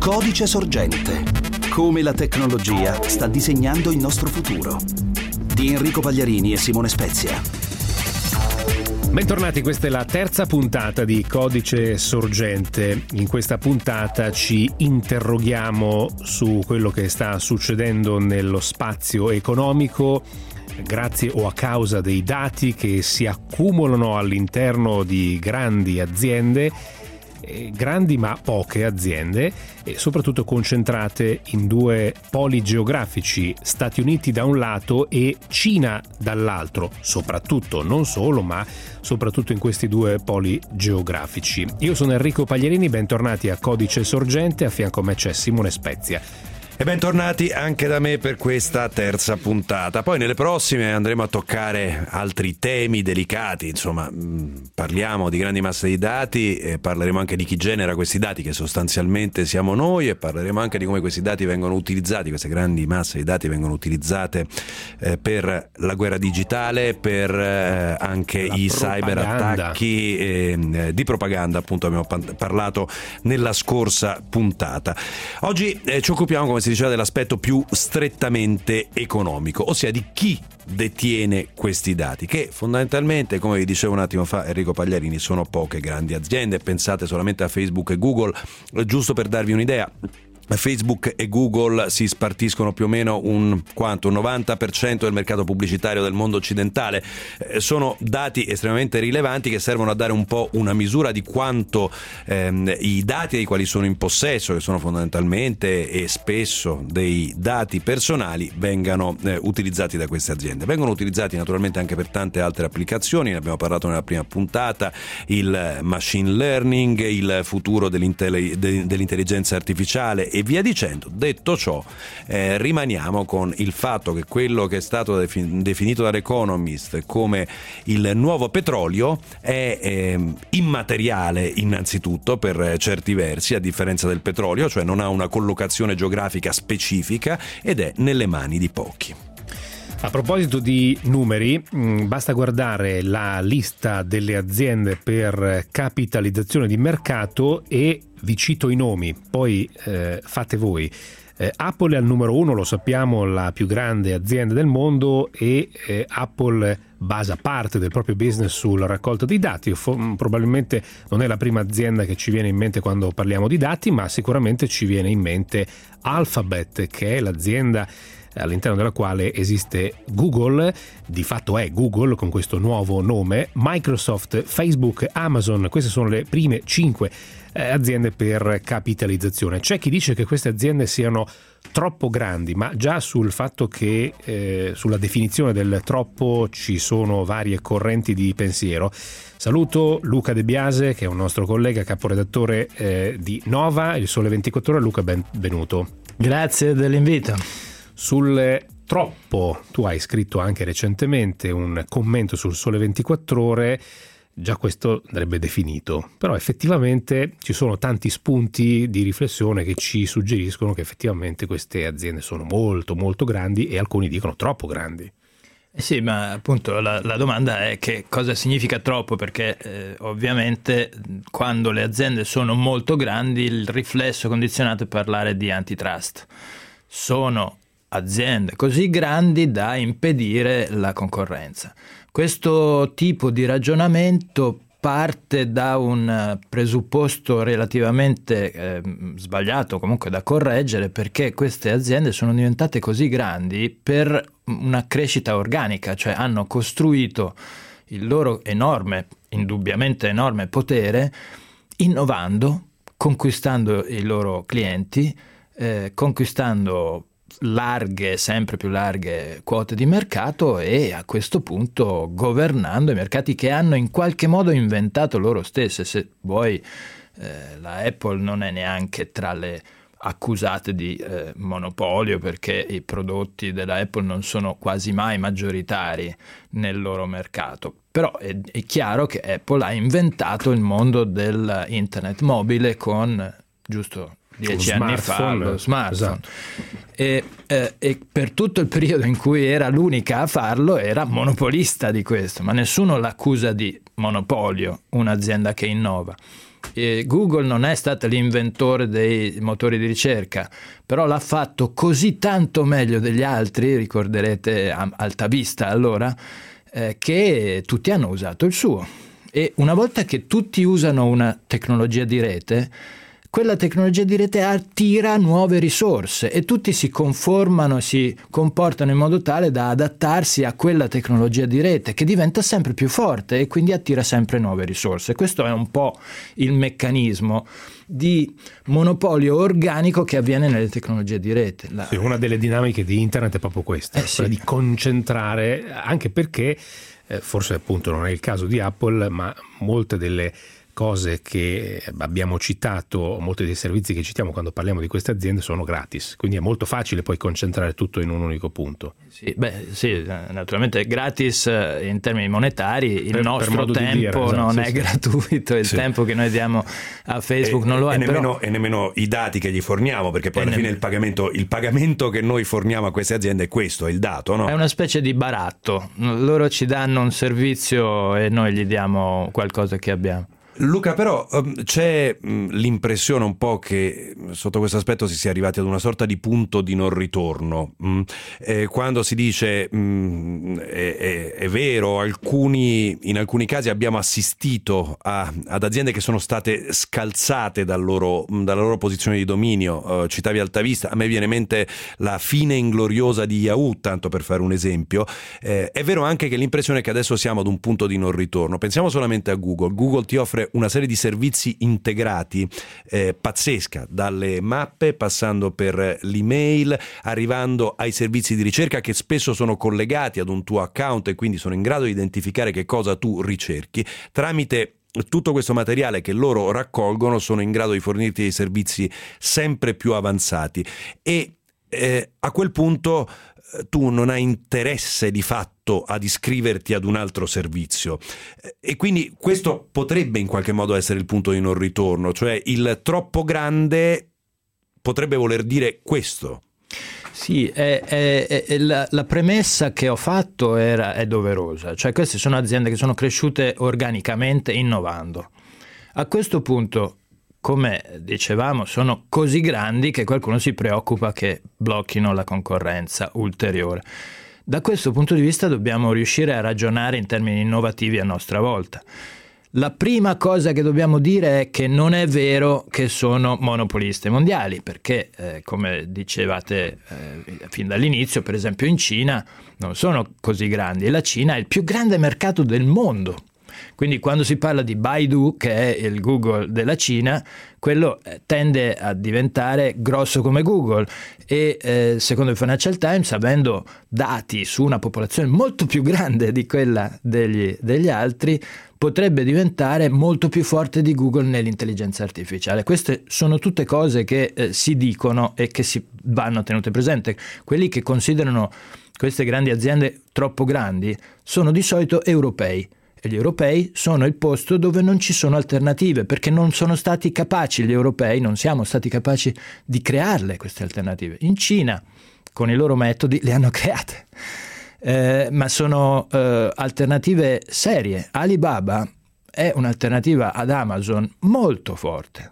Codice Sorgente. Come la tecnologia sta disegnando il nostro futuro. Di Enrico Pagliarini e Simone Spezia. Bentornati, questa è la terza puntata di Codice Sorgente. In questa puntata ci interroghiamo su quello che sta succedendo nello spazio economico grazie o a causa dei dati che si accumulano all'interno di grandi aziende, grandi ma poche aziende, e soprattutto concentrate in due poli geografici, Stati Uniti da un lato e Cina dall'altro, soprattutto, non solo, ma soprattutto in questi due poli geografici. Io sono Enrico Pagliarini, bentornati a Codice Sorgente, a fianco a me c'è Simone Spezia. E bentornati anche da me per questa terza puntata. Poi nelle prossime andremo a toccare altri temi delicati, insomma parliamo di grandi masse di dati e parleremo anche di chi genera questi dati, che sostanzialmente siamo noi, e parleremo anche di come questi dati vengono utilizzati, queste grandi masse di dati vengono utilizzate per la guerra digitale, per anche i cyberattacchi di propaganda, appunto abbiamo parlato nella scorsa puntata. Oggi ci occupiamo, come si diceva, dell'aspetto più strettamente economico, ossia di chi detiene questi dati, che fondamentalmente, come vi dicevo un attimo fa Enrico Pagliarini, sono poche grandi aziende. Pensate solamente a Facebook e Google, giusto per darvi un'idea. Facebook e Google si spartiscono più o meno un 90% del mercato pubblicitario del mondo occidentale. Sono dati estremamente rilevanti che servono a dare un po' una misura di quanto i dati dei quali sono in possesso, che sono fondamentalmente e spesso dei dati personali, vengano utilizzati da queste aziende. Vengono utilizzati naturalmente anche per tante altre applicazioni, ne abbiamo parlato nella prima puntata: il machine learning, il futuro dell'intelligenza artificiale e via dicendo. Detto ciò, rimaniamo con il fatto che quello che è stato definito dall'Economist come il nuovo petrolio è immateriale innanzitutto per certi versi, a differenza del petrolio, cioè non ha una collocazione geografica specifica ed è nelle mani di pochi. A proposito di numeri, basta guardare la lista delle aziende per capitalizzazione di mercato e vi cito i nomi, poi fate voi. Apple è al numero 1, lo sappiamo, la più grande azienda del mondo, e Apple basa parte del proprio business sulla raccolta di dati. Probabilmente non è la prima azienda che ci viene in mente quando parliamo di dati, ma sicuramente ci viene in mente Alphabet, che è l'azienda all'interno della quale esiste Google, di fatto è Google con questo nuovo nome, Microsoft, Facebook, Amazon. Queste sono le prime 5 aziende per capitalizzazione. C'è chi dice che queste aziende siano troppo grandi, ma già sul fatto che sulla definizione del troppo ci sono varie correnti di pensiero. Saluto Luca De Biase, che è un nostro collega, caporedattore di Nova, Il Sole 24 Ore. Luca, benvenuto. Grazie dell'invito. Sul troppo, tu hai scritto anche recentemente un commento sul Sole 24 Ore, già questo andrebbe definito, però effettivamente ci sono tanti spunti di riflessione che ci suggeriscono che effettivamente queste aziende sono molto molto grandi, e alcuni dicono troppo grandi. Sì, ma appunto la domanda è che cosa significa troppo, perché ovviamente quando le aziende sono molto grandi il riflesso condizionato è parlare di antitrust. Sono aziende così grandi da impedire la concorrenza. Questo tipo di ragionamento parte da un presupposto relativamente sbagliato, comunque da correggere, perché queste aziende sono diventate così grandi per una crescita organica, cioè hanno costruito il loro indubbiamente enorme potere innovando, conquistando i loro clienti, conquistando sempre più larghe quote di mercato, e a questo punto governando i mercati che hanno in qualche modo inventato loro stesse. Se vuoi, la Apple non è neanche tra le accusate di monopolio, perché i prodotti della Apple non sono quasi mai maggioritari nel loro mercato. Però è chiaro che Apple ha inventato il mondo dell'internet mobile con, giusto 10 anni fa, lo smartphone. Esatto. E per tutto il periodo in cui era l'unica a farlo era monopolista di questo, ma nessuno l'accusa di monopolio un'azienda che innova. Google non è stata l'inventore dei motori di ricerca, però l'ha fatto così tanto meglio degli altri, ricorderete Alta Vista allora, che tutti hanno usato il suo. E una volta che tutti usano una tecnologia di rete, quella tecnologia di rete attira nuove risorse e tutti si conformano, si comportano in modo tale da adattarsi a quella tecnologia di rete che diventa sempre più forte e quindi attira sempre nuove risorse. Questo è un po' il meccanismo di monopolio organico che avviene nelle tecnologie di rete. Sì, una delle dinamiche di internet è proprio questa, quella di concentrare, anche perché forse appunto non è il caso di Apple, ma molte delle cose che abbiamo citato, molte dei servizi che citiamo quando parliamo di queste aziende sono gratis, quindi è molto facile poi concentrare tutto in un unico punto. Sì, naturalmente gratis in termini monetari, il nostro tempo non è gratuito, il tempo che noi diamo a Facebook non lo è. E nemmeno i dati che gli forniamo, perché poi alla fine il pagamento che noi forniamo a queste aziende è questo, è il dato, no? È una specie di baratto, loro ci danno un servizio e noi gli diamo qualcosa che abbiamo. Luca, però c'è l'impressione un po' che sotto questo aspetto si sia arrivati ad una sorta di punto di non ritorno. Quando si dice è vero, in alcuni casi abbiamo assistito ad aziende che sono state scalzate dalla loro posizione di dominio. Citavi Alta Vista, a me viene in mente la fine ingloriosa di Yahoo, tanto per fare un esempio. È vero anche che l'impressione è che adesso siamo ad un punto di non ritorno. Pensiamo solamente a Google. Google ti offre una serie di servizi integrati pazzesca, dalle mappe passando per l'email, arrivando ai servizi di ricerca che spesso sono collegati ad un tuo account e quindi sono in grado di identificare che cosa tu ricerchi. Tramite tutto questo materiale che loro raccolgono sono in grado di fornirti dei servizi sempre più avanzati e a quel punto tu non hai interesse di fatto ad iscriverti ad un altro servizio e quindi questo potrebbe in qualche modo essere il punto di non ritorno, cioè il troppo grande potrebbe voler dire questo. Sì, la premessa che ho fatto è doverosa, cioè queste sono aziende che sono cresciute organicamente innovando. A questo punto, come dicevamo, sono così grandi che qualcuno si preoccupa che blocchino la concorrenza ulteriore. Da questo punto di vista dobbiamo riuscire a ragionare in termini innovativi a nostra volta. La prima cosa che dobbiamo dire è che non è vero che sono monopoliste mondiali, perché come dicevate fin dall'inizio, per esempio in Cina non sono così grandi e la Cina è il più grande mercato del mondo. Quindi quando si parla di Baidu, che è il Google della Cina, quello tende a diventare grosso come Google e secondo il Financial Times, avendo dati su una popolazione molto più grande di quella degli altri, potrebbe diventare molto più forte di Google nell'intelligenza artificiale. Queste sono tutte cose che si dicono e che si vanno tenute presente. Quelli che considerano queste grandi aziende troppo grandi sono di solito europei. E gli europei sono il posto dove non ci sono alternative, perché non sono stati capaci, gli europei non siamo stati capaci di crearle queste alternative. In Cina, con i loro metodi, le hanno create, ma sono alternative serie. Alibaba è un'alternativa ad Amazon molto forte.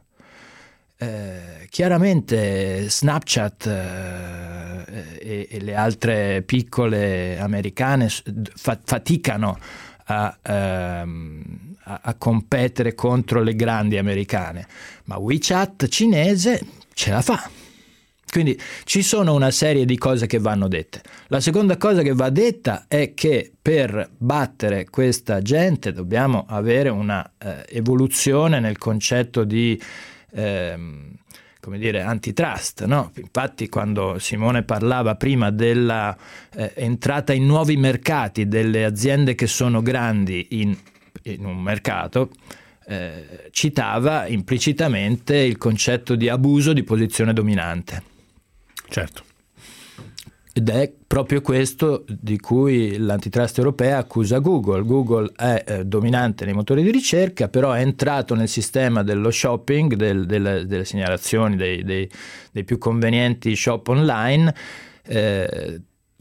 Chiaramente Snapchat e le altre piccole americane faticano a competere contro le grandi americane, ma WeChat cinese ce la fa. Quindi ci sono una serie di cose che vanno dette. La seconda cosa che va detta è che per battere questa gente dobbiamo avere una evoluzione nel concetto di antitrust, no? Infatti quando Simone parlava prima della entrata in nuovi mercati delle aziende che sono grandi in un mercato, citava implicitamente il concetto di abuso di posizione dominante. Certo. Ed è proprio questo di cui l'antitrust europea accusa Google. Google è dominante nei motori di ricerca, però è entrato nel sistema dello shopping, delle segnalazioni dei più convenienti shop online,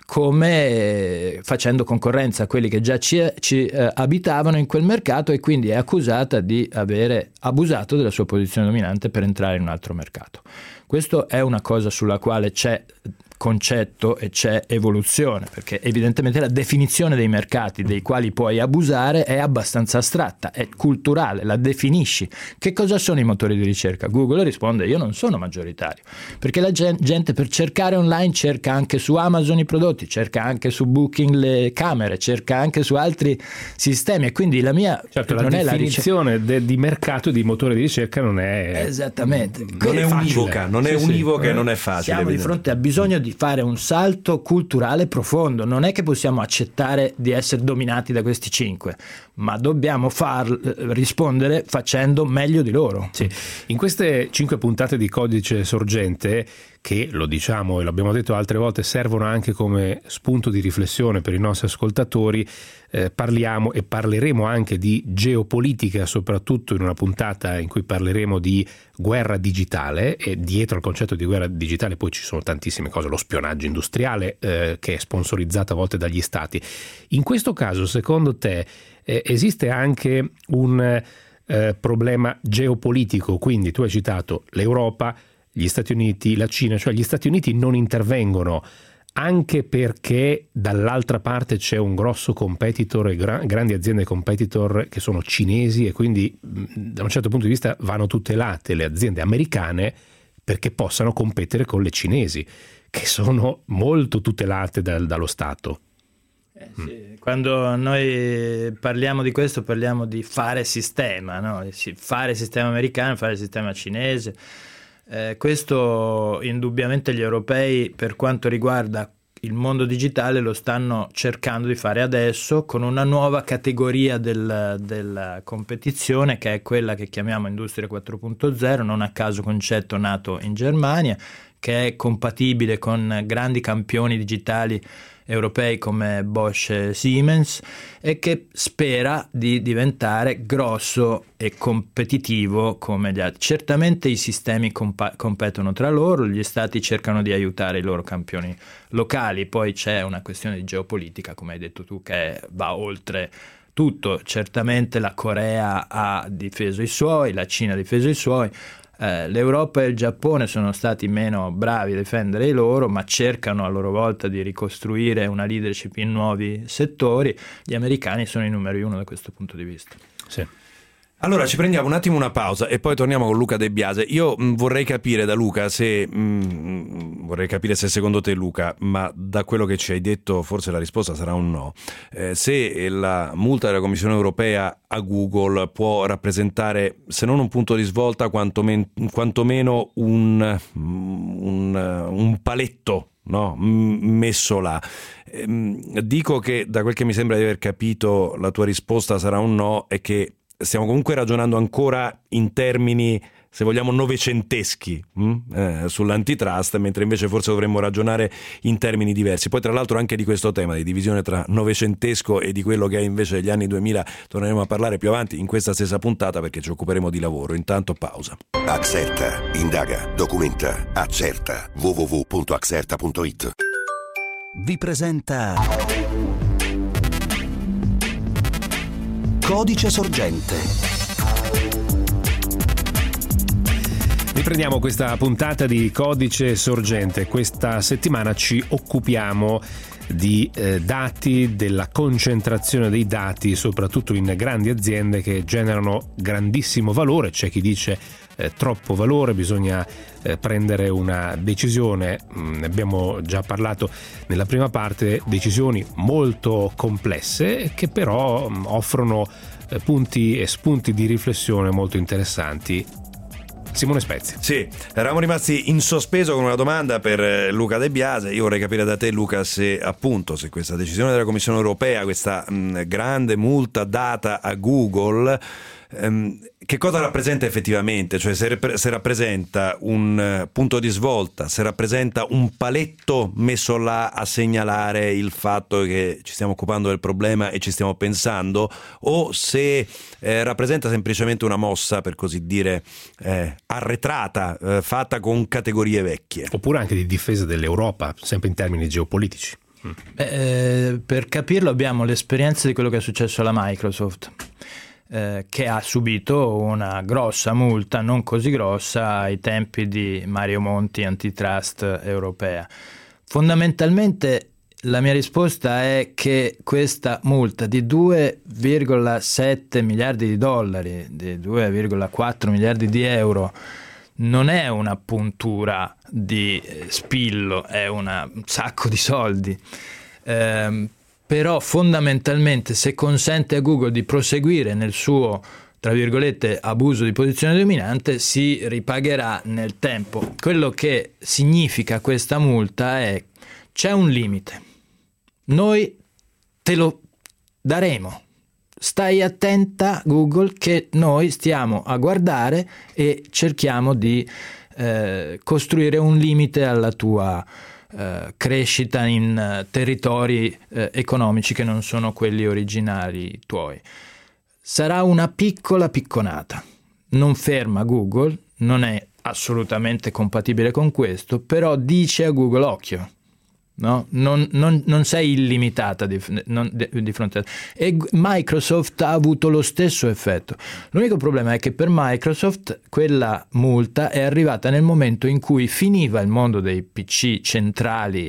come facendo concorrenza a quelli che già ci abitavano in quel mercato, e quindi è accusata di avere abusato della sua posizione dominante per entrare in un altro mercato. Questo è una cosa sulla quale c'è concetto e c'è evoluzione, perché evidentemente la definizione dei mercati dei quali puoi abusare è abbastanza astratta, è culturale, la definisci. Che cosa sono i motori di ricerca? Google risponde: io non sono maggioritario, perché la gente per cercare online cerca anche su Amazon i prodotti, cerca anche su Booking le camere, cerca anche su altri sistemi, e quindi la mia non la definizione di mercato di motore di ricerca non è esattamente, non è univoca, non è univoca e non è facile. Siamo di fronte a bisogno di fare un salto culturale profondo. Non è che possiamo accettare di essere dominati da questi 5, ma dobbiamo rispondere facendo meglio di loro. Sì. In queste 5 puntate di Codice Sorgente, che lo diciamo e l'abbiamo detto altre volte, servono anche come spunto di riflessione per i nostri ascoltatori, parliamo e parleremo anche di geopolitica, soprattutto in una puntata in cui parleremo di guerra digitale, e dietro al concetto di guerra digitale poi ci sono tantissime cose, lo spionaggio industriale che è sponsorizzato a volte dagli stati. In questo caso, secondo te, esiste anche un problema geopolitico? Quindi tu hai citato l'Europa, gli Stati Uniti, la Cina, cioè gli Stati Uniti non intervengono anche perché dall'altra parte c'è un grosso competitor e grandi aziende competitor che sono cinesi, e quindi da un certo punto di vista vanno tutelate le aziende americane perché possano competere con le cinesi, che sono molto tutelate dallo Stato. Sì. Quando noi parliamo di questo parliamo di fare sistema, no? Fare sistema americano, fare sistema cinese. Questo indubbiamente gli europei, per quanto riguarda il mondo digitale, lo stanno cercando di fare adesso con una nuova categoria della competizione, che è quella che chiamiamo Industria 4.0, non a caso concetto nato in Germania, che è compatibile con grandi campioni digitali europei come Bosch e Siemens, e che spera di diventare grosso e competitivo come gli altri. Certamente i sistemi competono tra loro, gli stati cercano di aiutare i loro campioni locali, poi c'è una questione di geopolitica, come hai detto tu, che va oltre tutto. Certamente la Corea ha difeso i suoi, la Cina ha difeso i suoi, l'Europa e il Giappone sono stati meno bravi a difendere i loro, ma cercano a loro volta di ricostruire una leadership in nuovi settori. Gli americani sono i numeri 1 da questo punto di vista. Sì. Allora ci prendiamo un attimo una pausa e poi torniamo con Luca De Biase. Io vorrei capire da Luca se secondo te, Luca, ma da quello che ci hai detto forse la risposta sarà un no, se la multa della Commissione europea a Google può rappresentare, se non un punto di svolta, quantomeno un paletto, no? Messo là. Dico che da quel che mi sembra di aver capito la tua risposta sarà un no, e che stiamo comunque ragionando ancora in termini, se vogliamo, novecenteschi sull'antitrust, mentre invece forse dovremmo ragionare in termini diversi. Poi tra l'altro anche di questo tema di divisione tra novecentesco e di quello che è invece gli anni 2000 torneremo a parlare più avanti in questa stessa puntata, perché ci occuperemo di lavoro. Intanto pausa. Axerta, indaga, documenta, accerta. www.axerta.it. Vi presenta Codice Sorgente. Riprendiamo questa puntata di Codice Sorgente. Questa settimana ci occupiamo di dati, della concentrazione dei dati, soprattutto in grandi aziende che generano grandissimo valore. C'è chi dice troppo valore, bisogna prendere una decisione. Ne abbiamo già parlato nella prima parte, decisioni molto complesse che però offrono punti e spunti di riflessione molto interessanti. Simone Spezia. Sì, eravamo rimasti in sospeso con una domanda per Luca De Biase. Io vorrei capire da te, Luca, se questa decisione della Commissione europea, questa grande multa data a Google, che cosa rappresenta effettivamente? Cioè se rappresenta un punto di svolta, se rappresenta un paletto messo là a segnalare il fatto che ci stiamo occupando del problema e ci stiamo pensando, o se rappresenta semplicemente una mossa, per così dire, arretrata, fatta con categorie vecchie. Oppure anche di difesa dell'Europa, sempre in termini geopolitici. Per capirlo abbiamo l'esperienza di quello che è successo alla Microsoft, che ha subito una grossa multa, non così grossa, ai tempi di Mario Monti, antitrust europea. Fondamentalmente la mia risposta è che questa multa di 2,7 miliardi di dollari, di 2,4 miliardi di euro, non è una puntura di spillo, è un sacco di soldi. Però fondamentalmente, se consente a Google di proseguire nel suo, tra virgolette, abuso di posizione dominante, si ripagherà nel tempo. Quello che significa questa multa è: c'è un limite, noi te lo daremo, stai attenta Google che noi stiamo a guardare e cerchiamo di costruire un limite alla tua crescita in territori economici che non sono quelli originari tuoi. Sarà una piccola picconata, non ferma Google, non è assolutamente compatibile con questo, però dice a Google: occhio, no? Non sei illimitata di fronte a... E Microsoft ha avuto lo stesso effetto. L'unico problema è che per Microsoft quella multa è arrivata nel momento in cui finiva il mondo dei PC centrali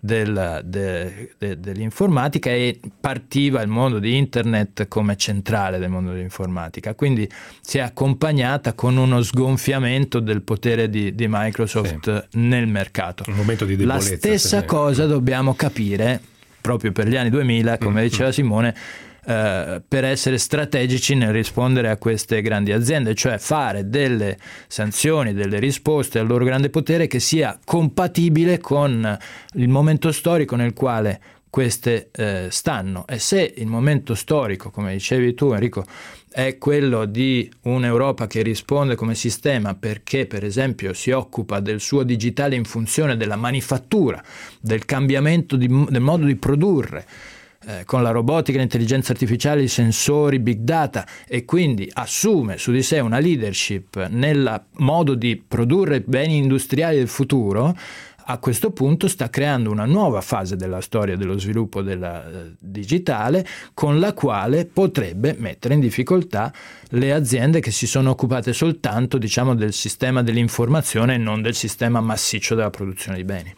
dell'informatica e partiva il mondo di internet come centrale del mondo dell'informatica, quindi si è accompagnata con uno sgonfiamento del potere di Microsoft nel mercato. Un momento di debolezza. La stessa cosa dobbiamo capire proprio per gli anni 2000, come diceva Simone, per essere strategici nel rispondere a queste grandi aziende, cioè fare delle sanzioni, delle risposte al loro grande potere che sia compatibile con il momento storico nel quale queste stanno. E se il momento storico, come dicevi tu Enrico, è quello di un'Europa che risponde come sistema perché per esempio si occupa del suo digitale in funzione della manifattura, del cambiamento del modo di produrre, con la robotica, l'intelligenza artificiale, i sensori, big data, e quindi assume su di sé una leadership nel modo di produrre beni industriali del futuro, a questo punto sta creando una nuova fase della storia dello sviluppo della digitale, con la quale potrebbe mettere in difficoltà le aziende che si sono occupate soltanto, diciamo, del sistema dell'informazione e non del sistema massiccio della produzione di beni.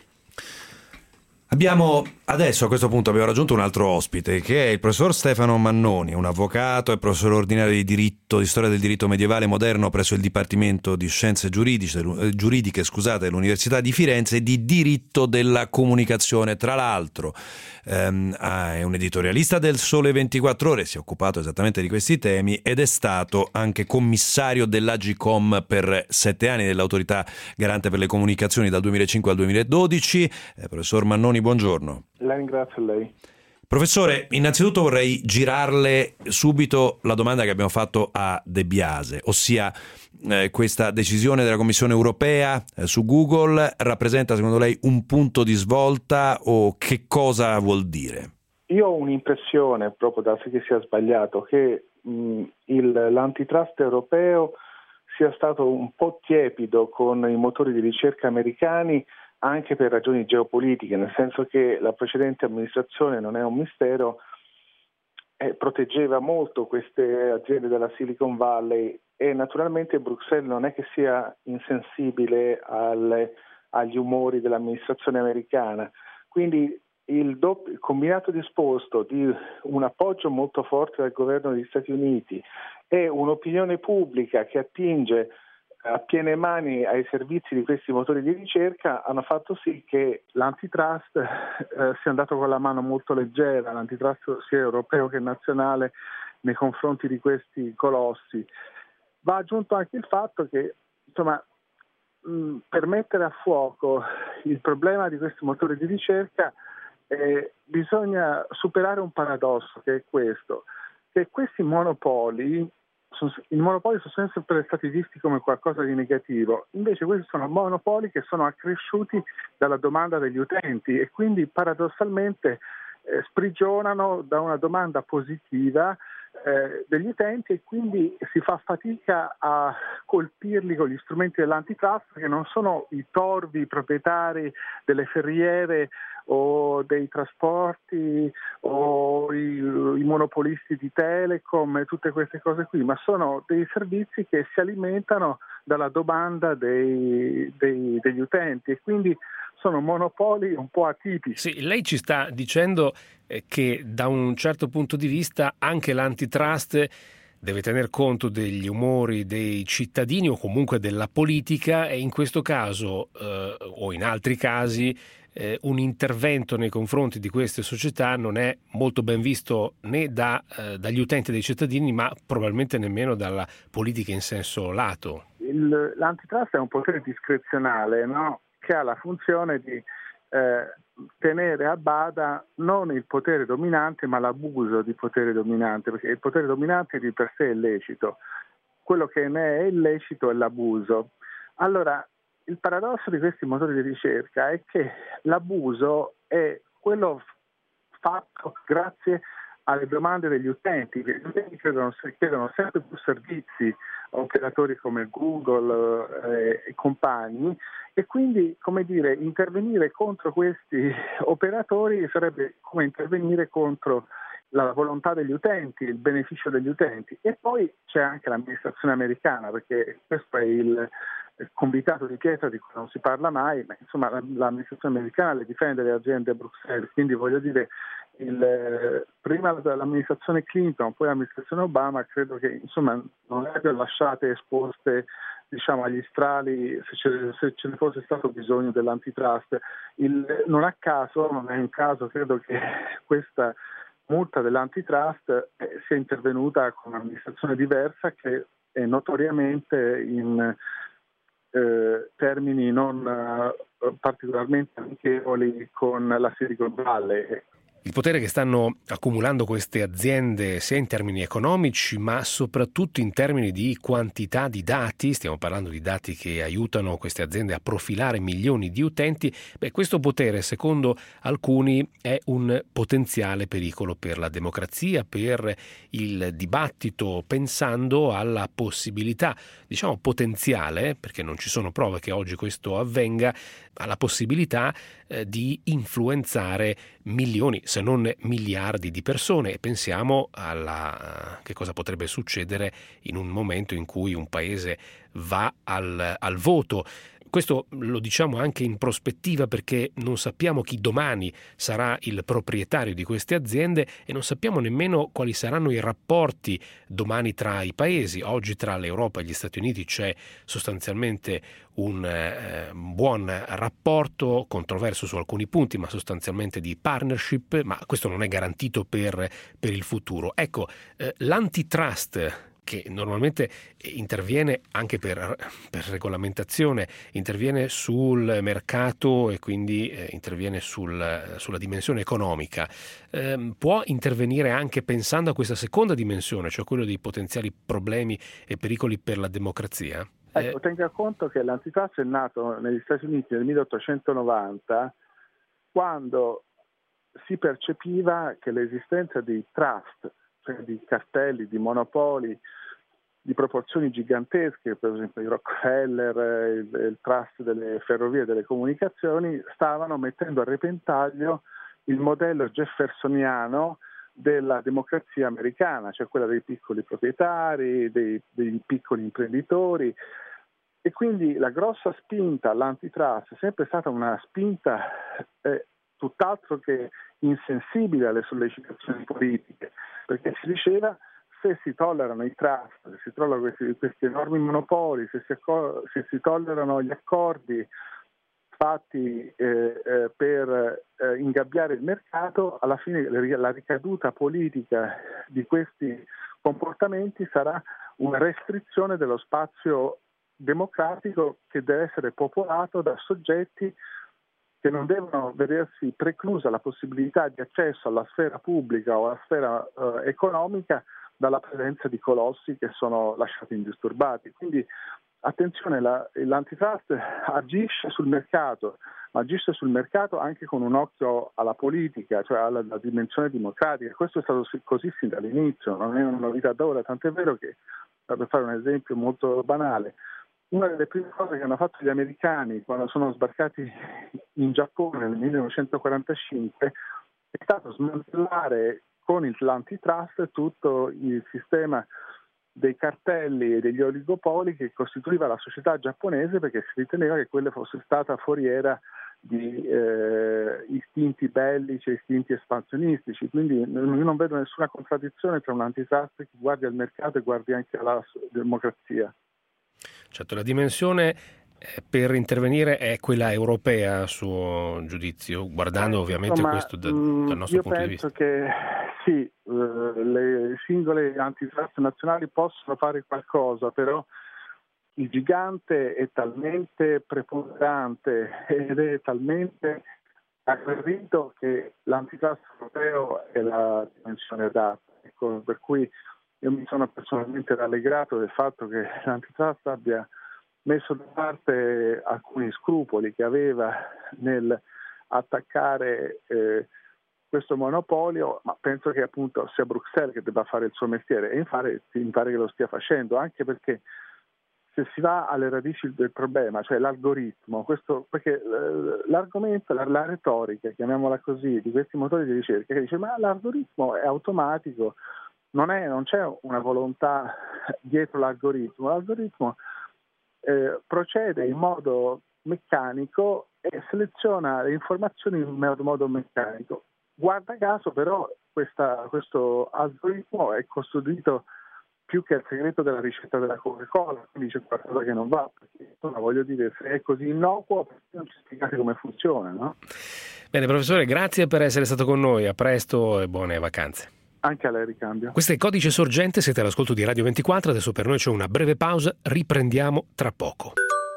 Abbiamo adesso a questo punto abbiamo raggiunto un altro ospite che è il professor Stefano Mannoni, un avvocato e professore ordinario di diritto, di storia del diritto medievale moderno presso il Dipartimento di Scienze Giuridiche dell'Università di Firenze e di diritto della comunicazione. Tra l'altro è un editorialista del Sole 24 Ore, si è occupato esattamente di questi temi ed è stato anche commissario dell'Agcom per 7 anni, dell'Autorità Garante per le Comunicazioni dal 2005 al 2012. Professor Mannoni, buongiorno. La ringrazio a lei. Professore, innanzitutto vorrei girarle subito la domanda che abbiamo fatto a De Biase, ossia questa decisione della Commissione europea su Google rappresenta secondo lei un punto di svolta o che cosa vuol dire? Io ho un'impressione, proprio da che sia sbagliato, che l'antitrust europeo sia stato un po' tiepido con i motori di ricerca americani, anche per ragioni geopolitiche, nel senso che la precedente amministrazione, non è un mistero, proteggeva molto queste aziende della Silicon Valley e naturalmente Bruxelles non è che sia insensibile agli umori dell'amministrazione americana. Quindi il combinato disposto di un appoggio molto forte del governo degli Stati Uniti e un'opinione pubblica che attinge a piene mani ai servizi di questi motori di ricerca hanno fatto sì che l'antitrust sia andato con la mano molto leggera, l'antitrust sia europeo che nazionale, nei confronti di questi colossi. Va aggiunto anche il fatto che, insomma, per mettere a fuoco il problema di questi motori di ricerca bisogna superare un paradosso, che è questo, che questi monopoli i monopoli sono sempre stati visti come qualcosa di negativo, invece questi sono monopoli che sono accresciuti dalla domanda degli utenti e quindi paradossalmente sprigionano da una domanda positiva degli utenti e quindi si fa fatica a colpirli con gli strumenti dell'antitrust, che non sono i torvi proprietari delle ferriere o dei trasporti o i monopolisti di Telecom e tutte queste cose qui, ma sono dei servizi che si alimentano dalla domanda degli utenti e quindi sono monopoli un po' atipici. Sì, lei ci sta dicendo che da un certo punto di vista anche l'antitrust deve tener conto degli umori dei cittadini o comunque della politica e in questo caso o in altri casi un intervento nei confronti di queste società non è molto ben visto né dagli utenti dei cittadini ma probabilmente nemmeno dalla politica in senso lato. L'antitrust è un potere discrezionale, no? Che ha la funzione di tenere a bada non il potere dominante ma l'abuso di potere dominante, perché il potere dominante di per sé è lecito, quello che ne è illecito è l'abuso. Allora, il paradosso di questi motori di ricerca è che l'abuso è quello fatto grazie alle domande degli utenti. Gli utenti chiedono sempre più servizi a operatori come Google e compagni e quindi, come dire, intervenire contro questi operatori sarebbe come intervenire contro la volontà degli utenti, il beneficio degli utenti. E poi c'è anche l'amministrazione americana, perché questo è il convitato di pietra di cui non si parla mai, ma insomma l'amministrazione americana le difende le aziende a Bruxelles, quindi voglio dire prima l'amministrazione Clinton, poi l'amministrazione Obama credo che insomma non le abbia lasciate esposte diciamo agli strali se ce ne fosse stato bisogno dell'antitrust. Non a caso, non è un caso, credo che questa multa dell'antitrust sia intervenuta con un'amministrazione diversa che è notoriamente in termini non particolarmente amichevoli con la Silicon Valley. Il potere che stanno accumulando queste aziende sia in termini economici ma soprattutto in termini di quantità di dati, stiamo parlando di dati che aiutano queste aziende a profilare milioni di utenti, questo potere secondo alcuni è un potenziale pericolo per la democrazia, per il dibattito, pensando alla possibilità, diciamo potenziale, perché non ci sono prove che oggi questo avvenga, alla possibilità di influenzare milioni, se non miliardi di persone e pensiamo alla che cosa potrebbe succedere in un momento in cui un paese va al voto. Questo lo diciamo anche in prospettiva perché non sappiamo chi domani sarà il proprietario di queste aziende e non sappiamo nemmeno quali saranno i rapporti domani tra i paesi. Oggi tra l'Europa e gli Stati Uniti c'è sostanzialmente un buon rapporto, controverso su alcuni punti, ma sostanzialmente di partnership, ma questo non è garantito per il futuro. Ecco, l'antitrust che normalmente interviene anche per regolamentazione, interviene sul mercato e quindi interviene sulla dimensione economica, può intervenire anche pensando a questa seconda dimensione, cioè quello dei potenziali problemi e pericoli per la democrazia? Ecco, tenga conto che l'antitrust è nato negli Stati Uniti nel 1890 quando si percepiva che l'esistenza di trust, cioè di cartelli, di monopoli di proporzioni gigantesche, per esempio i Rockefeller, il trust delle ferrovie e delle comunicazioni, stavano mettendo a repentaglio il modello jeffersoniano della democrazia americana, cioè quella dei piccoli proprietari, dei piccoli imprenditori. E quindi la grossa spinta all'antitrust è sempre stata una spinta tutt'altro che insensibile alle sollecitazioni politiche, perché si diceva se si tollerano i trust, se si tollerano questi enormi monopoli, se si tollerano gli accordi fatti per ingabbiare il mercato, alla fine la ricaduta politica di questi comportamenti sarà una restrizione dello spazio democratico che deve essere popolato da soggetti che non devono vedersi preclusa la possibilità di accesso alla sfera pubblica o alla sfera economica dalla presenza di colossi che sono lasciati indisturbati. Quindi attenzione, l'antitrust agisce sul mercato, ma agisce sul mercato anche con un occhio alla politica, cioè alla dimensione democratica. Questo è stato così sin dall'inizio, non è una novità d'ora, tant'è vero che, per fare un esempio molto banale, una delle prime cose che hanno fatto gli americani quando sono sbarcati in Giappone nel 1945 è stato smantellare con l'antitrust tutto il sistema dei cartelli e degli oligopoli che costituiva la società giapponese, perché si riteneva che quella fosse stata foriera di istinti bellici e istinti espansionistici. Quindi io non vedo nessuna contraddizione tra un antitrust che guardi al mercato e guardi anche alla democrazia. Certo, la dimensione per intervenire è quella europea, a suo giudizio, guardando ovviamente questo dal nostro punto di vista. Io penso che sì, le singole antitrust nazionali possono fare qualcosa, però il gigante è talmente preponderante ed è talmente agguerrito che l'antitrust europeo è la dimensione adatta. Ecco, per cui io mi sono personalmente rallegrato del fatto che l'antitrust abbia messo da parte alcuni scrupoli che aveva nel attaccare questo monopolio, ma penso che appunto sia Bruxelles che debba fare il suo mestiere, e mi pare che lo stia facendo, anche perché se si va alle radici del problema, cioè l'algoritmo, perché l'argomento, la retorica, chiamiamola così, di questi motori di ricerca, che dice ma l'algoritmo è automatico, non c'è una volontà dietro l'algoritmo procede in modo meccanico e seleziona le informazioni in modo meccanico. Guarda caso però questo algoritmo è costruito più che il segreto della ricetta della Coca-Cola, quindi c'è qualcosa che non va, perché insomma, voglio dire, se è così innocuo, perché non ci spiegate come funziona, no? Bene, professore, grazie per essere stato con noi, a presto e buone vacanze. Anche a lei, Ricambio. Questo è Codice Sorgente, siete all'ascolto di Radio 24, adesso per noi c'è una breve pausa, riprendiamo tra poco.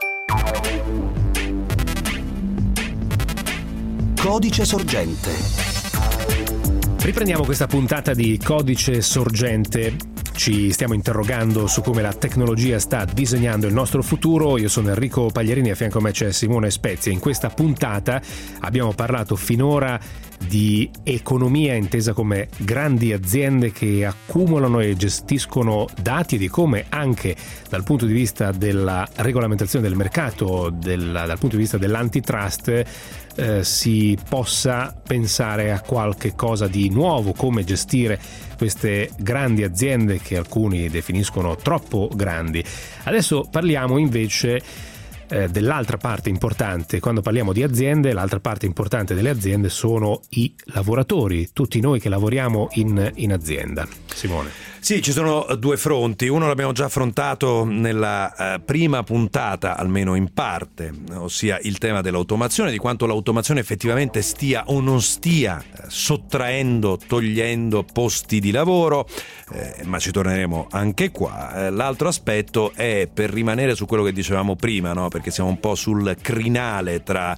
Codice Sorgente. Riprendiamo questa puntata di Codice Sorgente. Ci stiamo interrogando su come la tecnologia sta disegnando il nostro futuro. Io sono Enrico Pagliarini, a fianco a me c'è Simone Spezia. In questa puntata abbiamo parlato finora di economia intesa come grandi aziende che accumulano e gestiscono dati, e di come anche dal punto di vista della regolamentazione del mercato, dal punto di vista dell'antitrust, si possa pensare a qualche cosa di nuovo, come gestire queste grandi aziende che alcuni definiscono troppo grandi. Adesso parliamo invece dell'altra parte importante. Quando parliamo di aziende, l'altra parte importante delle aziende sono i lavoratori, tutti noi che lavoriamo in azienda. Simone. Sì, ci sono due fronti. Uno l'abbiamo già affrontato nella prima puntata, almeno in parte, ossia il tema dell'automazione, di quanto l'automazione effettivamente stia o non stia sottraendo, togliendo posti di lavoro, ma ci torneremo anche qua. L'altro aspetto è, per rimanere su quello che dicevamo prima, no? Perché siamo un po' sul crinale tra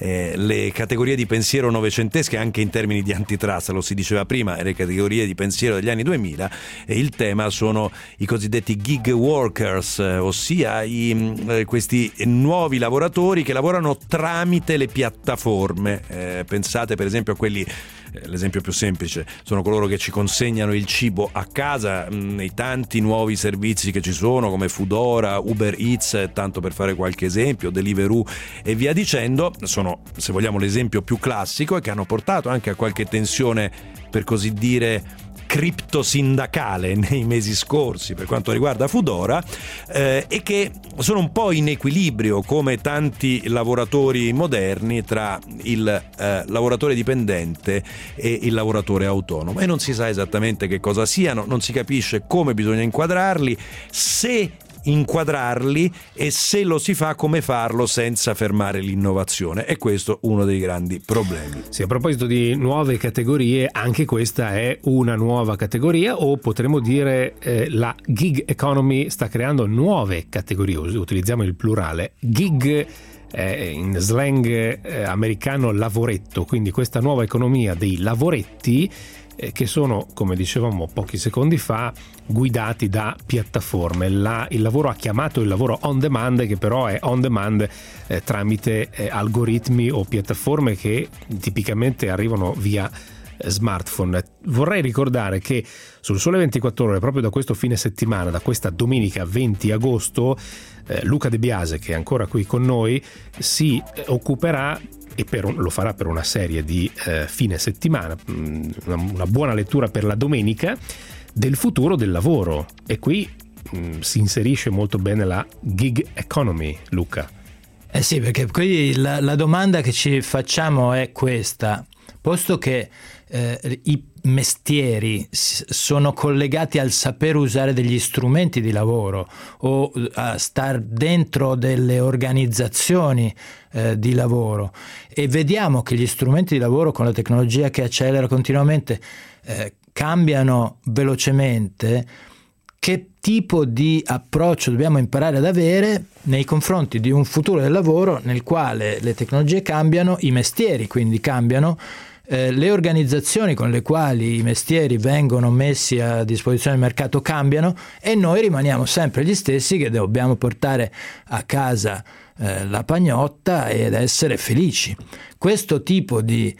le categorie di pensiero novecentesche, anche in termini di antitrust, lo si diceva prima, e le categorie di pensiero degli anni 2000, e il tema sono i cosiddetti gig workers, ossia questi nuovi lavoratori che lavorano tramite le piattaforme. Pensate per esempio a quelli, l'esempio più semplice, sono coloro che ci consegnano il cibo a casa, nei tanti nuovi servizi che ci sono come Foodora, Uber Eats, tanto per fare qualche esempio, Deliveroo e via dicendo. Sono, se vogliamo, l'esempio più classico, e che hanno portato anche a qualche tensione, per così dire, criptosindacale nei mesi scorsi per quanto riguarda Foodora, e che sono un po' in equilibrio, come tanti lavoratori moderni, tra il lavoratore dipendente e il lavoratore autonomo, e non si sa esattamente che cosa siano, non si capisce come bisogna inquadrarli, se inquadrarli, e se lo si fa, come farlo senza fermare l'innovazione. E questo è uno dei grandi problemi. Sì, a proposito di nuove categorie, anche questa è una nuova categoria, o potremmo dire la gig economy sta creando nuove categorie, utilizziamo il plurale. Gig in slang americano lavoretto, quindi questa nuova economia dei lavoretti che sono, come dicevamo pochi secondi fa, guidati da piattaforme. Il lavoro ha chiamato il lavoro on demand, che però è on demand tramite algoritmi o piattaforme che tipicamente arrivano via smartphone. Vorrei ricordare che sul Sole 24 Ore, proprio da questo fine settimana, da questa domenica 20 agosto, Luca De Biase, che è ancora qui con noi, si occuperà e lo farà per una serie di fine settimana, una buona lettura per la domenica, del futuro del lavoro. E qui si inserisce molto bene la gig economy, Luca. Sì, perché qui la domanda che ci facciamo è questa: posto che i mestieri sono collegati al saper usare degli strumenti di lavoro o a star dentro delle organizzazioni di lavoro, e vediamo che gli strumenti di lavoro, con la tecnologia che accelera continuamente, cambiano velocemente, che tipo di approccio dobbiamo imparare ad avere nei confronti di un futuro del lavoro nel quale le tecnologie cambiano, i mestieri quindi cambiano, le organizzazioni con le quali i mestieri vengono messi a disposizione del mercato cambiano, e noi rimaniamo sempre gli stessi che dobbiamo portare a casa la pagnotta ed essere felici. Questo tipo di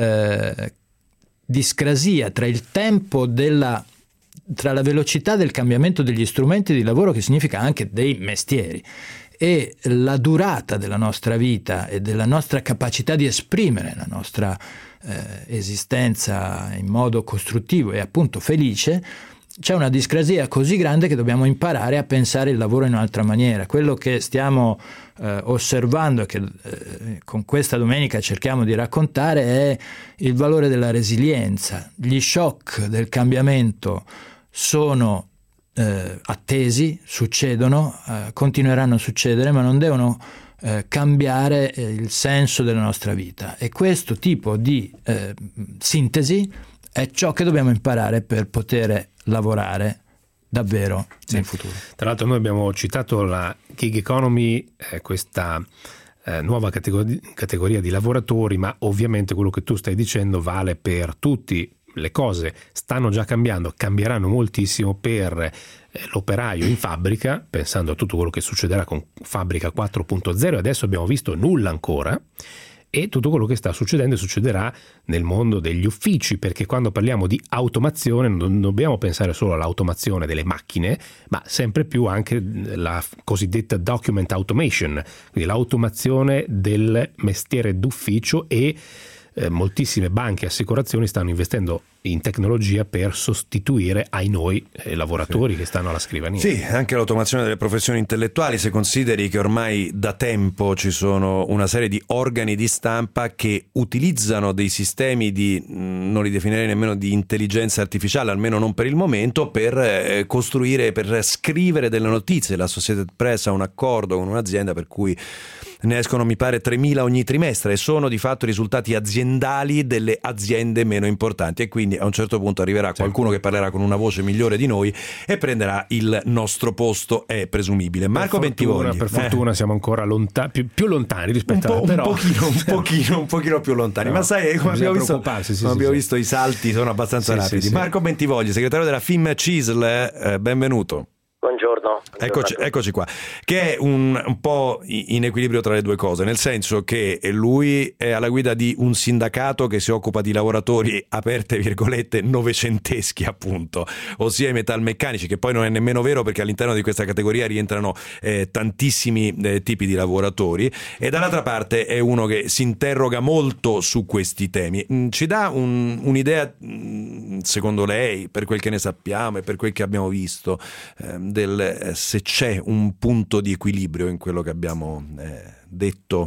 discrasia tra il tempo tra la velocità del cambiamento degli strumenti di lavoro, che significa anche dei mestieri, e la durata della nostra vita e della nostra capacità di esprimere la nostra esistenza in modo costruttivo e appunto felice, c'è una discrasia così grande che dobbiamo imparare a pensare il lavoro in un'altra maniera. Quello che stiamo osservando e che con questa domenica cerchiamo di raccontare è il valore della resilienza. Gli shock del cambiamento sono attesi, succedono, continueranno a succedere, ma non devono cambiare il senso della nostra vita, e questo tipo di sintesi è ciò che dobbiamo imparare per poter lavorare davvero nel futuro. Tra l'altro noi abbiamo citato la gig economy, questa nuova categoria di lavoratori, ma ovviamente quello che tu stai dicendo vale per tutti. Le cose stanno già cambiando, cambieranno moltissimo per l'operaio in fabbrica, pensando a tutto quello che succederà con Fabbrica 4.0, adesso abbiamo visto nulla ancora, e tutto quello che sta succedendo succederà nel mondo degli uffici, perché quando parliamo di automazione non dobbiamo pensare solo all'automazione delle macchine, ma sempre più anche la cosiddetta document automation, quindi l'automazione del mestiere d'ufficio, e moltissime banche e assicurazioni stanno investendo in tecnologia per sostituire ai noi lavoratori che stanno alla scrivania. Sì, anche l'automazione delle professioni intellettuali, se consideri che ormai da tempo ci sono una serie di organi di stampa che utilizzano dei sistemi non li definirei nemmeno di intelligenza artificiale, almeno non per il momento, per costruire, per scrivere delle notizie. La Associated Press ha un accordo con un'azienda per cui ne escono, mi pare, 3.000 ogni trimestre, e sono di fatto risultati aziendali delle aziende meno importanti, e quindi a un certo punto arriverà qualcuno che parlerà con una voce migliore di noi e prenderà il nostro posto, è presumibile. Marco Bentivogli. Per fortuna siamo ancora più lontani rispetto un pochino più lontani, ma sai, come abbiamo visto i salti sono abbastanza rapidi. Sì. Marco Bentivogli, segretario della FIM CISL, benvenuto. Buongiorno. Eccoci qua, che è un po' in equilibrio tra le due cose, nel senso che lui è alla guida di un sindacato che si occupa di lavoratori, aperte virgolette, novecenteschi appunto, ossia i metalmeccanici, che poi non è nemmeno vero, perché all'interno di questa categoria rientrano tantissimi tipi di lavoratori, e dall'altra parte è uno che si interroga molto su questi temi. Ci dà un'idea, secondo lei, per quel che ne sappiamo e per quel che abbiamo visto, se c'è un punto di equilibrio in quello che abbiamo detto?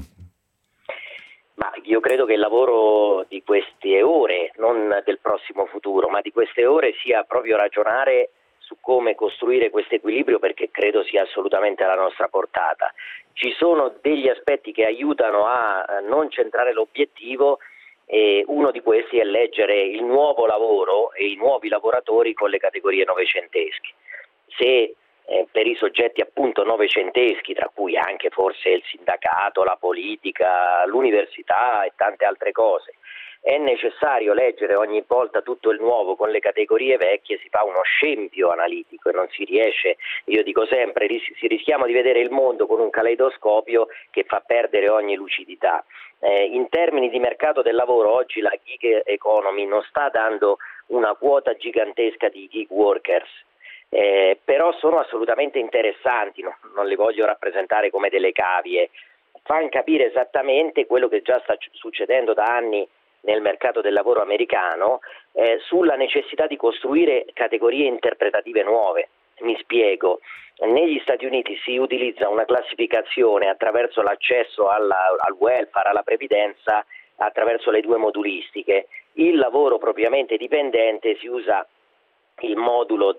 Ma io credo che il lavoro di queste ore, non del prossimo futuro, ma di queste ore, sia proprio ragionare su come costruire questo equilibrio, perché credo sia assolutamente alla nostra portata. Ci sono degli aspetti che aiutano a non centrare l'obiettivo, e uno di questi è leggere il nuovo lavoro e i nuovi lavoratori con le categorie novecentesche. Se per i soggetti appunto novecenteschi, tra cui anche forse il sindacato, la politica, l'università e tante altre cose, è necessario leggere ogni volta tutto il nuovo con le categorie vecchie, si fa uno scempio analitico e non si riesce. Io dico sempre, rischiamo di vedere il mondo con un caleidoscopio che fa perdere ogni lucidità. In termini di mercato del lavoro oggi la gig economy non sta dando una quota gigantesca di gig workers, però sono assolutamente interessanti, non le voglio rappresentare come delle cavie, fanno capire esattamente quello che già sta succedendo da anni nel mercato del lavoro americano, sulla necessità di costruire categorie interpretative nuove. Mi spiego. Negli Stati Uniti si utilizza una classificazione attraverso l'accesso al welfare, alla previdenza, attraverso le due modulistiche. Il lavoro propriamente dipendente si usa il modulo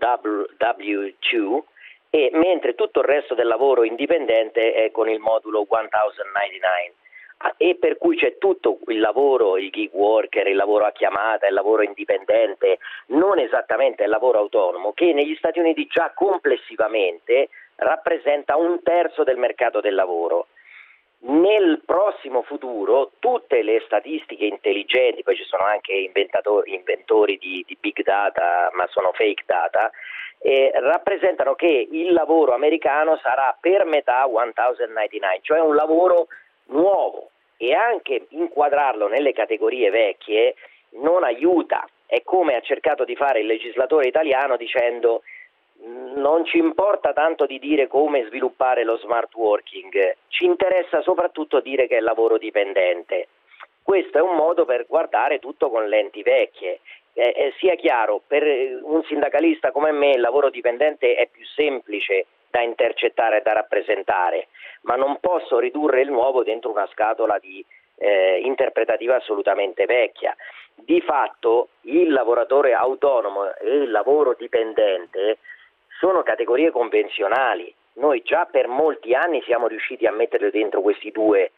W2, e mentre tutto il resto del lavoro indipendente è con il modulo 1099. E per cui c'è tutto il lavoro, il gig worker, il lavoro a chiamata, il lavoro indipendente, non esattamente il lavoro autonomo, che negli Stati Uniti già complessivamente rappresenta 1/3 del mercato del lavoro. Nel prossimo futuro tutte le statistiche intelligenti, poi ci sono anche inventori di big data, ma sono fake data, rappresentano che il lavoro americano sarà per metà 1099, cioè un lavoro nuovo, e anche inquadrarlo nelle categorie vecchie non aiuta. È come ha cercato di fare il legislatore italiano dicendo non ci importa tanto di dire come sviluppare lo smart working, ci interessa soprattutto dire che è lavoro dipendente. Questo è un modo per guardare tutto con lenti vecchie. Sia chiaro, per un sindacalista come me il lavoro dipendente è più semplice da intercettare e da rappresentare, ma non posso ridurre il nuovo dentro una scatola interpretativa assolutamente vecchia. Di fatto il lavoratore autonomo e il lavoro dipendente sono categorie convenzionali. Noi già per molti anni siamo riusciti a metterle dentro questi due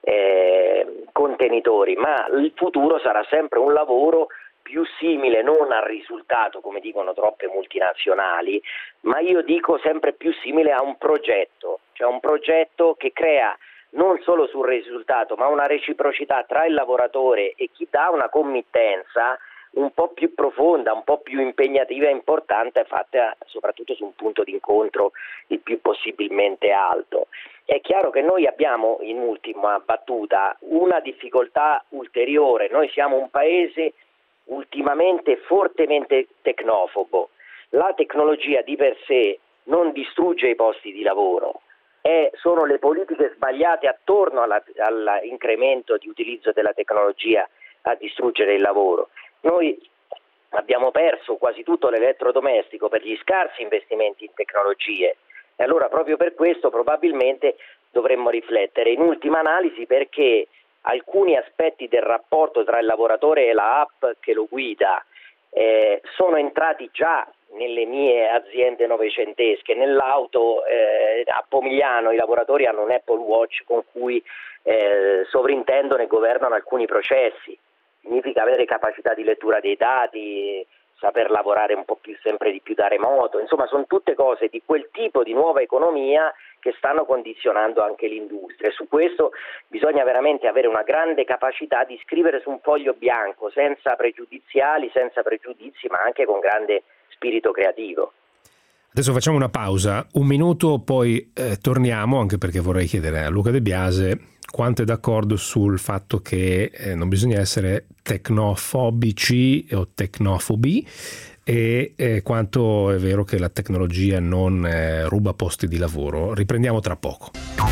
contenitori, ma il futuro sarà sempre un lavoro più simile non al risultato, come dicono troppe multinazionali, ma io dico sempre più simile a un progetto, cioè un progetto che crea non solo sul risultato, ma una reciprocità tra il lavoratore e chi dà una committenza un po' più profonda, un po' più impegnativa e importante, fatta soprattutto su un punto di incontro il più possibilmente alto. È chiaro che noi abbiamo, in ultima battuta, una difficoltà ulteriore. Noi siamo un paese ultimamente fortemente tecnofobo. La tecnologia di per sé non distrugge i posti di lavoro, sono le politiche sbagliate attorno all'incremento di utilizzo della tecnologia a distruggere il lavoro. Noi abbiamo perso quasi tutto l'elettrodomestico per gli scarsi investimenti in tecnologie, e allora proprio per questo probabilmente dovremmo riflettere. In ultima analisi, perché alcuni aspetti del rapporto tra il lavoratore e la app che lo guida sono entrati già nelle mie aziende novecentesche. Nell'auto a Pomigliano i lavoratori hanno un Apple Watch con cui sovrintendono e governano alcuni processi. Significa avere capacità di lettura dei dati, saper lavorare un po' più, sempre di più da remoto. Insomma, sono tutte cose di quel tipo di nuova economia che stanno condizionando anche l'industria. Su questo bisogna veramente avere una grande capacità di scrivere su un foglio bianco, senza pregiudiziali, senza pregiudizi, ma anche con grande spirito creativo. Adesso facciamo una pausa, un minuto, poi torniamo, anche perché vorrei chiedere a Luca De Biase quanto è d'accordo sul fatto che non bisogna essere tecnofobici o tecnofobi, e quanto è vero che la tecnologia non ruba posti di lavoro. Riprendiamo tra poco.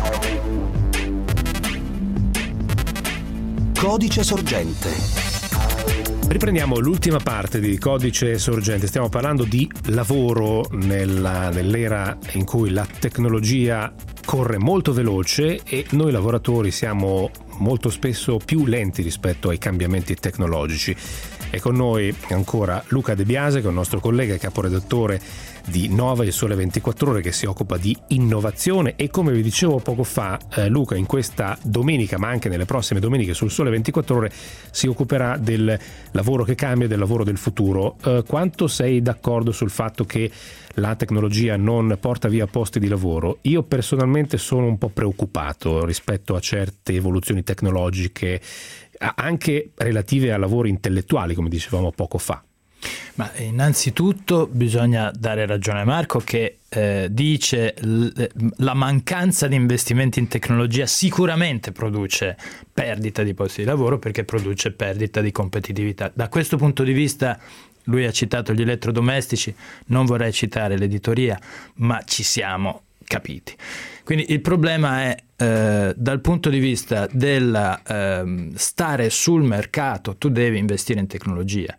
Codice sorgente. Riprendiamo l'ultima parte di Codice Sorgente. Stiamo parlando di lavoro nell'era in cui la tecnologia corre molto veloce e noi lavoratori siamo molto spesso più lenti rispetto ai cambiamenti tecnologici. È con noi ancora Luca De Biase, che è un nostro collega e caporedattore di Nova, il Sole 24 Ore, che si occupa di innovazione. E come vi dicevo poco fa, Luca in questa domenica, ma anche nelle prossime domeniche sul Sole 24 Ore, si occuperà del lavoro che cambia, del lavoro del futuro. Quanto sei d'accordo sul fatto che la tecnologia non porta via posti di lavoro? Io personalmente sono un po' preoccupato rispetto a certe evoluzioni tecnologiche anche relative a lavori intellettuali, come dicevamo poco fa. Ma innanzitutto bisogna dare ragione a Marco che dice la mancanza di investimenti in tecnologia sicuramente produce perdita di posti di lavoro, perché produce perdita di competitività. Da questo punto di vista lui ha citato gli elettrodomestici, non vorrei citare l'editoria, ma ci siamo capiti. Quindi il problema è dal punto di vista del stare sul mercato, tu devi investire in tecnologia.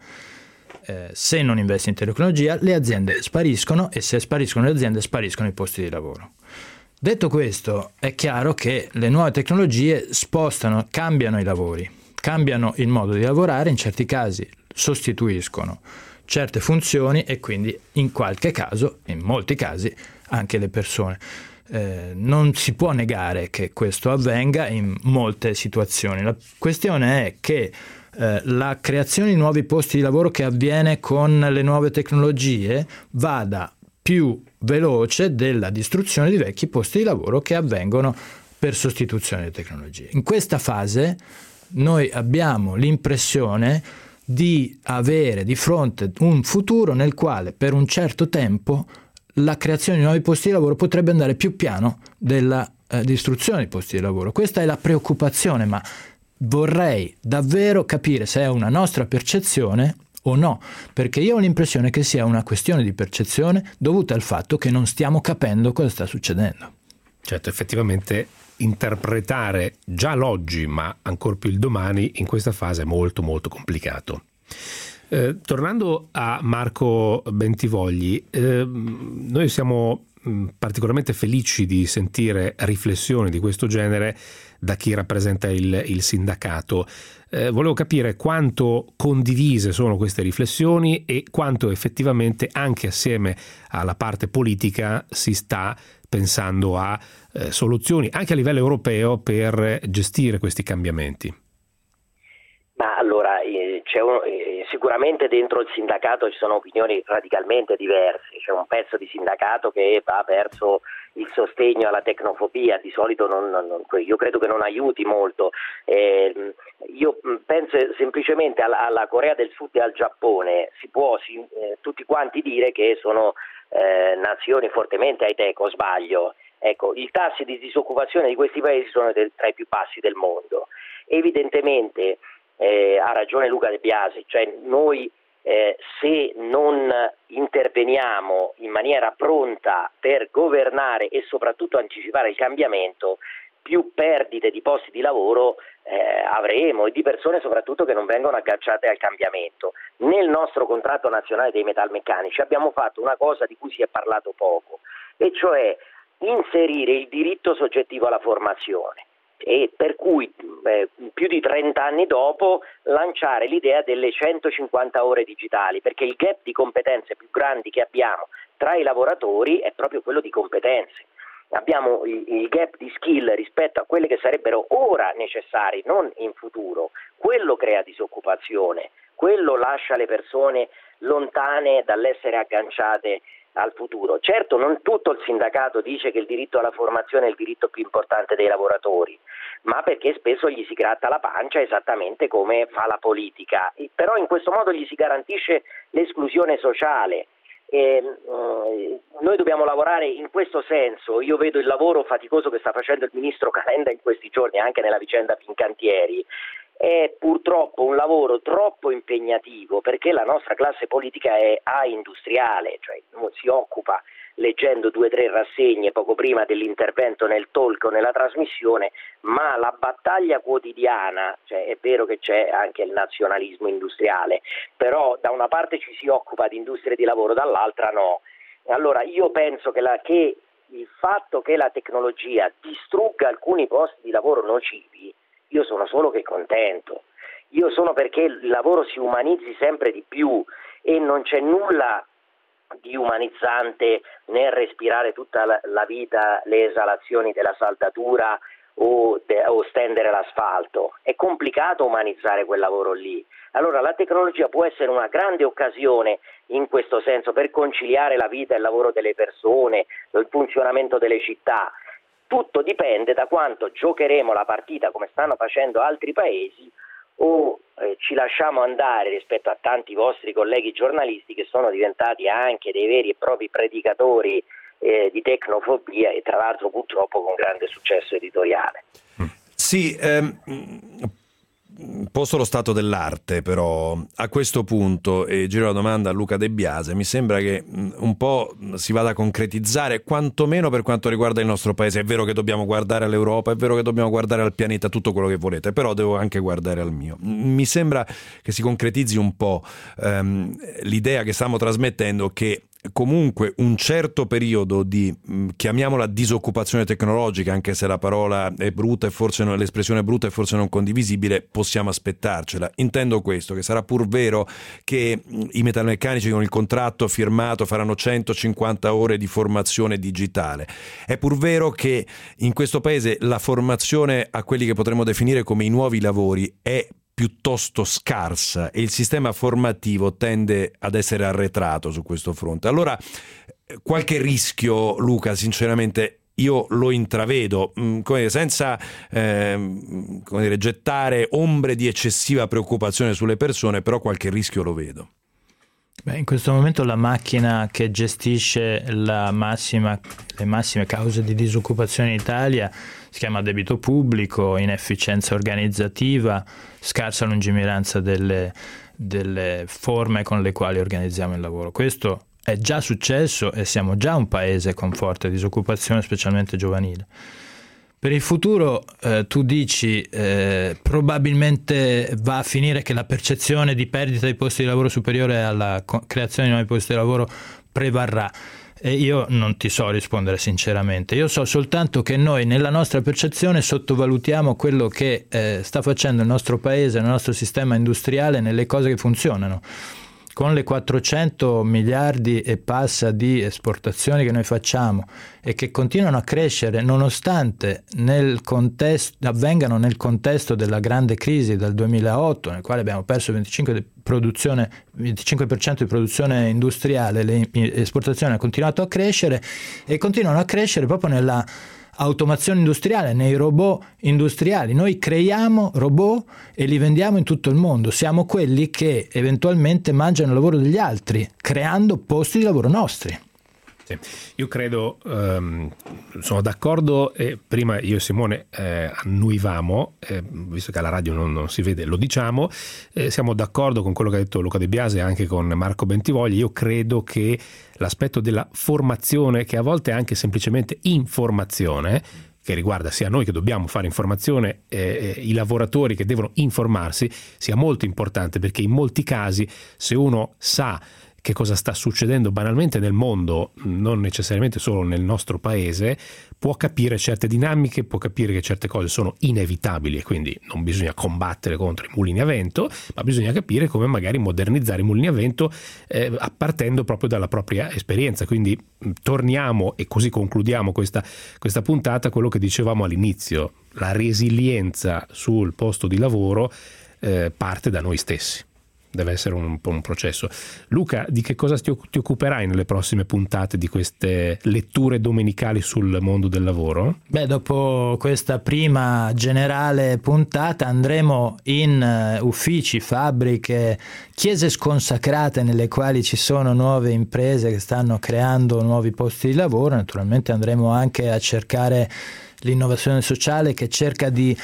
Se non investi in tecnologia le aziende spariscono, e se spariscono le aziende spariscono i posti di lavoro. Detto questo, è chiaro che le nuove tecnologie cambiano i lavori, cambiano il modo di lavorare, in certi casi sostituiscono certe funzioni e quindi in qualche caso, in molti casi, anche le persone. Non si può negare che questo avvenga in molte situazioni. La questione è che la creazione di nuovi posti di lavoro che avviene con le nuove tecnologie vada più veloce della distruzione di vecchi posti di lavoro che avvengono per sostituzione delle tecnologie. In questa fase noi abbiamo l'impressione di avere di fronte un futuro nel quale per un certo tempo la creazione di nuovi posti di lavoro potrebbe andare più piano della distruzione di posti di lavoro. Questa è la preoccupazione, ma vorrei davvero capire se è una nostra percezione o no, perché io ho l'impressione che sia una questione di percezione dovuta al fatto che non stiamo capendo cosa sta succedendo. Certo, effettivamente interpretare già l'oggi, ma ancor più il domani, in questa fase è molto molto complicato. Tornando a Marco Bentivogli, noi siamo particolarmente felici di sentire riflessioni di questo genere da chi rappresenta il sindacato. Volevo capire quanto condivise sono queste riflessioni e quanto effettivamente anche assieme alla parte politica si sta pensando a soluzioni anche a livello europeo per gestire questi cambiamenti. Ma allora sicuramente dentro il sindacato ci sono opinioni radicalmente diverse. C'è un pezzo di sindacato che va verso il sostegno alla tecnofobia, di solito io credo che non aiuti molto. Io penso semplicemente alla Corea del Sud e al Giappone. Tutti quanti dire che sono nazioni fortemente high-tech, o sbaglio? Ecco, i tassi di disoccupazione di questi paesi sono tra i più bassi del mondo. Evidentemente ha ragione Luca De Biasi, cioè noi se non interveniamo in maniera pronta per governare e soprattutto anticipare il cambiamento, più perdite di posti di lavoro avremo, e di persone soprattutto che non vengono agganciate al cambiamento. Nel nostro contratto nazionale dei metalmeccanici abbiamo fatto una cosa di cui si è parlato poco, e cioè inserire il diritto soggettivo alla formazione. E per cui più di 30 anni dopo lanciare l'idea delle 150 ore digitali, perché il gap di competenze più grandi che abbiamo tra i lavoratori è proprio quello di competenze. Abbiamo il gap di skill rispetto a quelle che sarebbero ora necessari, non in futuro. Quello crea disoccupazione, quello lascia le persone lontane dall'essere agganciate al futuro. Certo, non tutto il sindacato dice che il diritto alla formazione è il diritto più importante dei lavoratori, ma perché spesso gli si gratta la pancia esattamente come fa la politica, però in questo modo gli si garantisce l'esclusione sociale. Noi dobbiamo lavorare in questo senso. Io vedo il lavoro faticoso che sta facendo il ministro Calenda in questi giorni, anche nella vicenda Fincantieri. È purtroppo un lavoro troppo impegnativo, perché la nostra classe politica è industriale, cioè si occupa, leggendo 2 o 3 rassegne poco prima dell'intervento nel talk o nella trasmissione, ma la battaglia quotidiana, cioè è vero che c'è anche il nazionalismo industriale, però da una parte ci si occupa di industria e di lavoro, dall'altra no. Allora io penso che il fatto che la tecnologia distrugga alcuni posti di lavoro nocivi, io sono solo che contento. Io sono perché il lavoro si umanizzi sempre di più, e non c'è nulla di umanizzante nel respirare tutta la vita le esalazioni della saldatura o stendere l'asfalto. È complicato umanizzare quel lavoro lì. Allora la tecnologia può essere una grande occasione in questo senso per conciliare la vita e il lavoro delle persone, il funzionamento delle città. Tutto dipende da quanto giocheremo la partita come stanno facendo altri paesi, o ci lasciamo andare rispetto a tanti vostri colleghi giornalisti che sono diventati anche dei veri e propri predicatori di tecnofobia, e tra l'altro purtroppo con grande successo editoriale. Sì, posto lo stato dell'arte, però a questo punto, e giro la domanda a Luca De Biase, mi sembra che un po' si vada a concretizzare, quantomeno per quanto riguarda il nostro paese. È vero che dobbiamo guardare all'Europa, è vero che dobbiamo guardare al pianeta, tutto quello che volete, però devo anche guardare al mio. Mi sembra che si concretizzi un po' l'idea che stiamo trasmettendo, che comunque un certo periodo di, chiamiamola disoccupazione tecnologica, anche se la parola è brutta e forse l'espressione è brutta e forse non condivisibile, possiamo aspettarcela. Intendo questo, che sarà pur vero che i metalmeccanici con il contratto firmato faranno 150 ore di formazione digitale. È pur vero che in questo paese la formazione a quelli che potremmo definire come i nuovi lavori è piuttosto scarsa e il sistema formativo tende ad essere arretrato su questo fronte. Allora, qualche rischio, Luca, sinceramente io lo intravedo, senza gettare ombre di eccessiva preoccupazione sulle persone, però qualche rischio lo vedo. In questo momento la macchina che gestisce le massime cause di disoccupazione in Italia si chiama debito pubblico, inefficienza organizzativa, scarsa lungimiranza delle forme con le quali organizziamo il lavoro. Questo è già successo e siamo già un paese con forte disoccupazione, specialmente giovanile. Per il futuro tu dici probabilmente va a finire che la percezione di perdita di posti di lavoro superiore alla creazione di nuovi posti di lavoro prevarrà. E io non ti so rispondere sinceramente. Io so soltanto che noi nella nostra percezione sottovalutiamo quello che sta facendo il nostro paese, il nostro sistema industriale nelle cose che funzionano. Con le 400 miliardi e passa di esportazioni che noi facciamo e che continuano a crescere nonostante avvengano nel contesto della grande crisi del 2008, nel quale abbiamo perso il 25% di produzione industriale, le esportazioni hanno continuato a crescere e continuano a crescere proprio nella automazione industriale, nei robot industriali. Noi creiamo robot e li vendiamo in tutto il mondo. Siamo quelli che eventualmente mangiano il lavoro degli altri, creando posti di lavoro nostri. Sì. Io credo, sono d'accordo, prima io e Simone annuivamo, visto che alla radio non si vede, lo diciamo, siamo d'accordo con quello che ha detto Luca De Biase e anche con Marco Bentivogli. Io credo che l'aspetto della formazione, che a volte è anche semplicemente informazione, che riguarda sia noi che dobbiamo fare informazione, i lavoratori che devono informarsi, sia molto importante, perché in molti casi se uno sa che cosa sta succedendo banalmente nel mondo, non necessariamente solo nel nostro paese, può capire certe dinamiche, può capire che certe cose sono inevitabili e quindi non bisogna combattere contro i mulini a vento, ma bisogna capire come magari modernizzare i mulini a vento partendo proprio dalla propria esperienza. Quindi torniamo, e così concludiamo questa puntata, quello che dicevamo all'inizio: la resilienza sul posto di lavoro parte da noi stessi. Deve essere un po' un processo. Luca, di che cosa ti occuperai nelle prossime puntate di queste letture domenicali sul mondo del lavoro? Dopo questa prima generale puntata andremo in uffici, fabbriche, chiese sconsacrate nelle quali ci sono nuove imprese che stanno creando nuovi posti di lavoro. Naturalmente andremo anche a cercare l'innovazione sociale che cerca di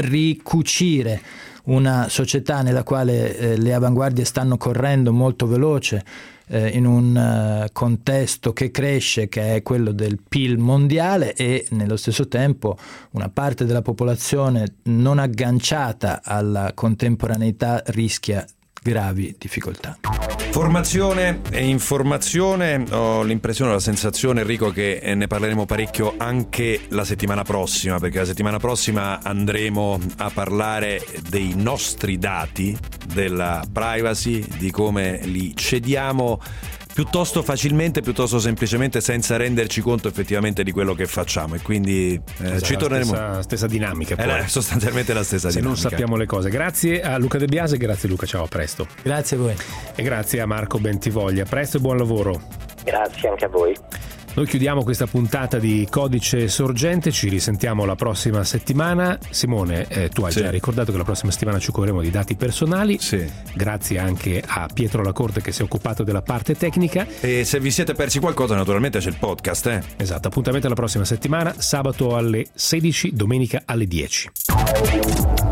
ricucire una società nella quale le avanguardie stanno correndo molto veloce in un contesto che cresce, che è quello del PIL mondiale, e nello stesso tempo una parte della popolazione non agganciata alla contemporaneità rischia gravi difficoltà. Formazione e informazione, ho l'impressione, la sensazione, Enrico, che ne parleremo parecchio anche la settimana prossima, perché la settimana prossima andremo a parlare dei nostri dati, della privacy, di come li cediamo piuttosto facilmente, piuttosto semplicemente, senza renderci conto effettivamente di quello che facciamo, e quindi ci torneremo. Stessa dinamica. È sostanzialmente la stessa dinamica. Se non sappiamo le cose. Grazie a Luca De Biase, grazie Luca, ciao, a presto. Grazie a voi. E grazie a Marco Bentivogli, a presto e buon lavoro. Grazie anche a voi. Noi chiudiamo questa puntata di Codice Sorgente, ci risentiamo la prossima settimana. Simone, tu hai già ricordato che la prossima settimana ci occuperemo di dati personali. Sì. Grazie anche a Pietro Lacorte che si è occupato della parte tecnica. E se vi siete persi qualcosa, naturalmente c'è il podcast. Esatto, appuntamento alla prossima settimana, sabato alle 16, domenica alle 10.